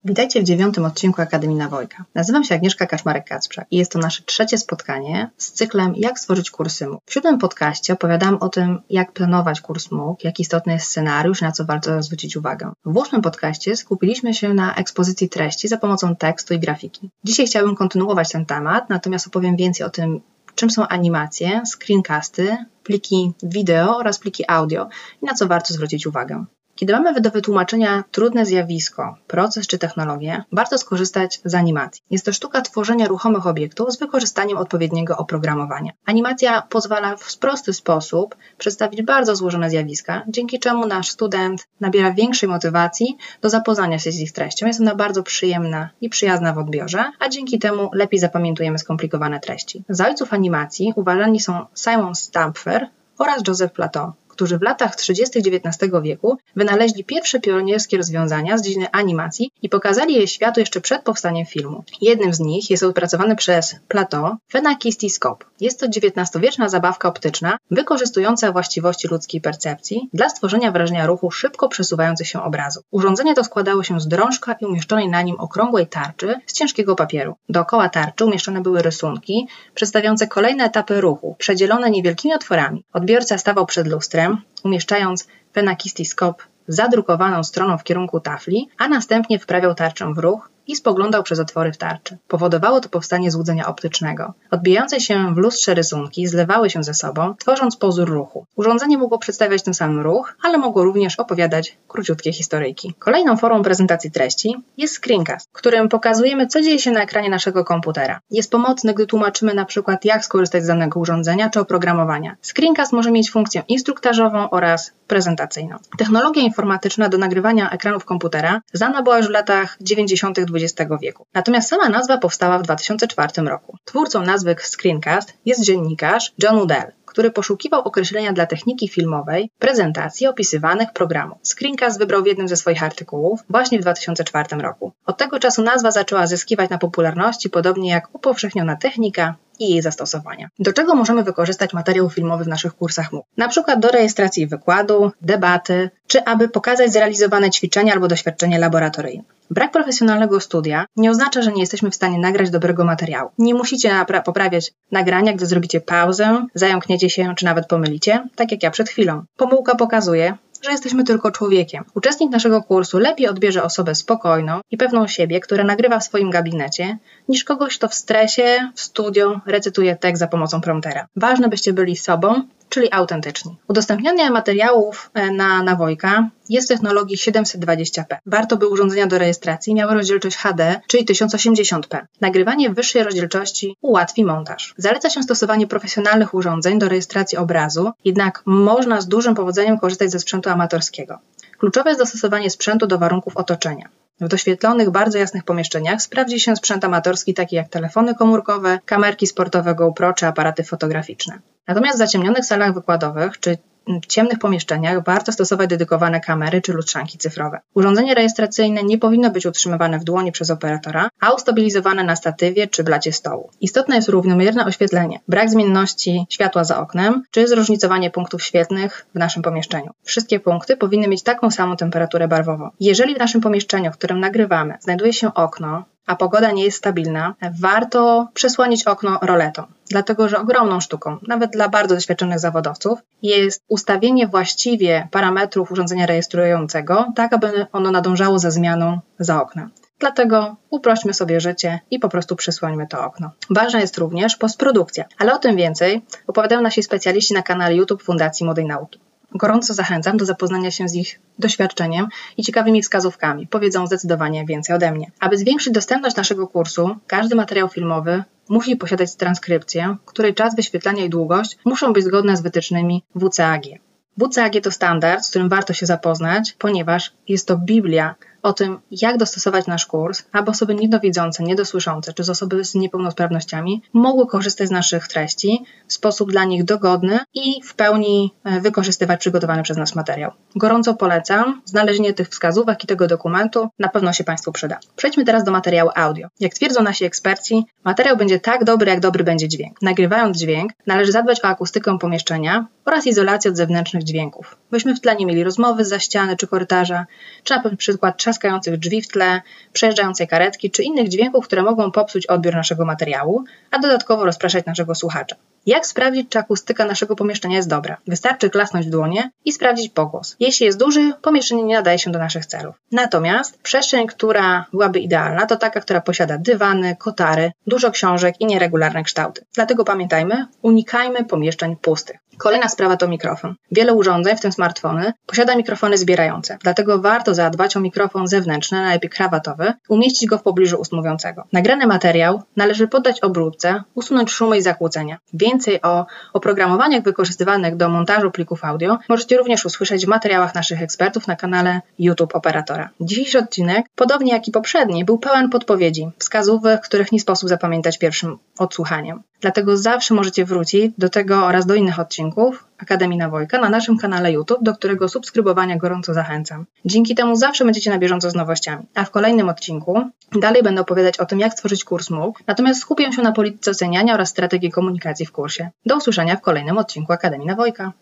Witajcie w 9. odcinku Akademii Nawojka. Nazywam się Agnieszka Kaczmarek-Kacprzak i jest to nasze trzecie spotkanie z cyklem Jak stworzyć kursy MOOC. W 7. podcaście opowiadam o tym, jak planować kurs MOOC, jak istotny jest scenariusz, na co warto zwrócić uwagę. W 8. podcaście skupiliśmy się na ekspozycji treści za pomocą tekstu i grafiki. Dzisiaj chciałabym kontynuować ten temat, natomiast opowiem więcej o tym, czym są animacje, screencasty, pliki wideo oraz pliki audio i na co warto zwrócić uwagę. Kiedy mamy do wytłumaczenia trudne zjawisko, proces czy technologię, warto skorzystać z animacji. Jest to sztuka tworzenia ruchomych obiektów z wykorzystaniem odpowiedniego oprogramowania. Animacja pozwala w prosty sposób przedstawić bardzo złożone zjawiska, dzięki czemu nasz student nabiera większej motywacji do zapoznania się z ich treścią. Jest ona bardzo przyjemna i przyjazna w odbiorze, a dzięki temu lepiej zapamiętujemy skomplikowane treści. Za ojców animacji uważani są Simon Stampfer oraz Joseph Plateau, którzy w latach 30. XIX wieku wynaleźli pierwsze pionierskie rozwiązania z dziedziny animacji i pokazali je światu jeszcze przed powstaniem filmu. Jednym z nich jest opracowany przez Plateau Phenakistoscope. Jest to XIX-wieczna zabawka optyczna wykorzystująca właściwości ludzkiej percepcji dla stworzenia wrażenia ruchu szybko przesuwających się obrazów. Urządzenie to składało się z drążka i umieszczonej na nim okrągłej tarczy z ciężkiego papieru. Dookoła tarczy umieszczone były rysunki przedstawiające kolejne etapy ruchu, przedzielone niewielkimi otworami. Odbiorca stawał przed lustrem, umieszczając Phenakistoscope zadrukowaną stroną w kierunku tafli, a następnie wprawiał tarczę w ruch i spoglądał przez otwory w tarczy. Powodowało to powstanie złudzenia optycznego. Odbijające się w lustrze rysunki zlewały się ze sobą, tworząc pozór ruchu. Urządzenie mogło przedstawiać ten sam ruch, ale mogło również opowiadać króciutkie historyjki. Kolejną formą prezentacji treści jest screencast, w którym pokazujemy, co dzieje się na ekranie naszego komputera. Jest pomocny, gdy tłumaczymy na przykład, jak skorzystać z danego urządzenia czy oprogramowania. Screencast może mieć funkcję instruktażową oraz prezentacyjną. Technologia informatyczna do nagrywania ekranów komputera znana była już w latach 90. XX wieku. Natomiast sama nazwa powstała w 2004 roku. Twórcą nazwy screencast jest dziennikarz John Udell, który poszukiwał określenia dla techniki filmowej prezentacji opisywanych programów. Screencast wybrał w jednym ze swoich artykułów właśnie w 2004 roku. Od tego czasu nazwa zaczęła zyskiwać na popularności, podobnie jak upowszechniona technika i jej zastosowania. Do czego możemy wykorzystać materiał filmowy w naszych kursach MOOC? Na przykład do rejestracji wykładu, debaty, czy aby pokazać zrealizowane ćwiczenia albo doświadczenie laboratoryjne. Brak profesjonalnego studia nie oznacza, że nie jesteśmy w stanie nagrać dobrego materiału. Nie musicie poprawiać nagrania, gdy zrobicie pauzę, zająkniecie się, czy nawet pomylicie, tak jak ja przed chwilą. Pomyłka pokazuje, że jesteśmy tylko człowiekiem. Uczestnik naszego kursu lepiej odbierze osobę spokojną i pewną siebie, która nagrywa w swoim gabinecie, niż kogoś, kto w stresie, w studiu recytuje tekst za pomocą promptera. Ważne, byście byli sobą, czyli autentyczni. Udostępnianie materiałów na Nawojka jest w technologii 720p. Warto, by urządzenia do rejestracji miały rozdzielczość HD, czyli 1080p. Nagrywanie w wyższej rozdzielczości ułatwi montaż. Zaleca się stosowanie profesjonalnych urządzeń do rejestracji obrazu, jednak można z dużym powodzeniem korzystać ze sprzętu amatorskiego. Kluczowe jest dostosowanie sprzętu do warunków otoczenia. W doświetlonych, bardzo jasnych pomieszczeniach sprawdzi się sprzęt amatorski taki jak telefony komórkowe, kamerki sportowe GoPro czy aparaty fotograficzne. Natomiast w zaciemnionych salach wykładowych czy ciemnych pomieszczeniach warto stosować dedykowane kamery czy lustrzanki cyfrowe. Urządzenie rejestracyjne nie powinno być utrzymywane w dłoni przez operatora, a ustabilizowane na statywie czy blacie stołu. Istotne jest równomierne oświetlenie, brak zmienności światła za oknem czy zróżnicowanie punktów świetlnych w naszym pomieszczeniu. Wszystkie punkty powinny mieć taką samą temperaturę barwową. Jeżeli w naszym pomieszczeniu, w którym nagrywamy, znajduje się okno, a pogoda nie jest stabilna, warto przesłonić okno roletą. Dlatego, że ogromną sztuką, nawet dla bardzo doświadczonych zawodowców, jest ustawienie właściwie parametrów urządzenia rejestrującego, tak aby ono nadążało za zmianą za oknem. Dlatego uprośćmy sobie życie i po prostu przysłońmy to okno. Ważna jest również postprodukcja, ale o tym więcej opowiadają nasi specjaliści na kanale YouTube Fundacji Młodej Nauki. Gorąco zachęcam do zapoznania się z ich doświadczeniem i ciekawymi wskazówkami. Powiedzą zdecydowanie więcej ode mnie. Aby zwiększyć dostępność naszego kursu, każdy materiał filmowy musi posiadać transkrypcję, której czas wyświetlania i długość muszą być zgodne z wytycznymi WCAG. WCAG to standard, z którym warto się zapoznać, ponieważ jest to Biblia o tym, jak dostosować nasz kurs, aby osoby niedowidzące, niedosłyszące czy osoby z niepełnosprawnościami mogły korzystać z naszych treści w sposób dla nich dogodny i w pełni wykorzystywać przygotowany przez nas materiał. Gorąco polecam znalezienie tych wskazówek i tego dokumentu, na pewno się Państwu przyda. Przejdźmy teraz do materiału audio. Jak twierdzą nasi eksperci, materiał będzie tak dobry, jak dobry będzie dźwięk. Nagrywając dźwięk, należy zadbać o akustykę pomieszczenia oraz izolację od zewnętrznych dźwięków. Byśmy w tle nie mieli rozmowy zza ściany czy korytarza, czy na przykład trzaskających drzwi w tle, przejeżdżającej karetki czy innych dźwięków, które mogą popsuć odbiór naszego materiału, a dodatkowo rozpraszać naszego słuchacza. Jak sprawdzić, czy akustyka naszego pomieszczenia jest dobra? Wystarczy klasnąć w dłonie i sprawdzić pogłos. Jeśli jest duży, pomieszczenie nie nadaje się do naszych celów. Natomiast przestrzeń, która byłaby idealna, to taka, która posiada dywany, kotary, dużo książek i nieregularne kształty. Dlatego pamiętajmy, unikajmy pomieszczeń pustych. Kolejna sprawa to mikrofon. Wiele urządzeń, w tym smartfony, posiada mikrofony zbierające. Dlatego warto zadbać o mikrofon zewnętrzny, najlepiej krawatowy, umieścić go w pobliżu ust mówiącego. Nagrany materiał należy poddać obróbce, usunąć szumy i zakłócenia. Więcej o oprogramowaniach wykorzystywanych do montażu plików audio możecie również usłyszeć w materiałach naszych ekspertów na kanale YouTube Operatora. Dzisiejszy odcinek, podobnie jak i poprzedni, był pełen podpowiedzi, wskazówek, których nie sposób zapamiętać pierwszym odsłuchaniem. Dlatego zawsze możecie wrócić do tego oraz do innych odcinków Akademii Nawojka na naszym kanale YouTube, do którego subskrybowania gorąco zachęcam. Dzięki temu zawsze będziecie na bieżąco z nowościami. A w kolejnym odcinku dalej będę opowiadać o tym, jak stworzyć kurs MOOC, natomiast skupię się na polityce oceniania oraz strategii komunikacji w kursie. Do usłyszenia w kolejnym odcinku Akademii Nawojka.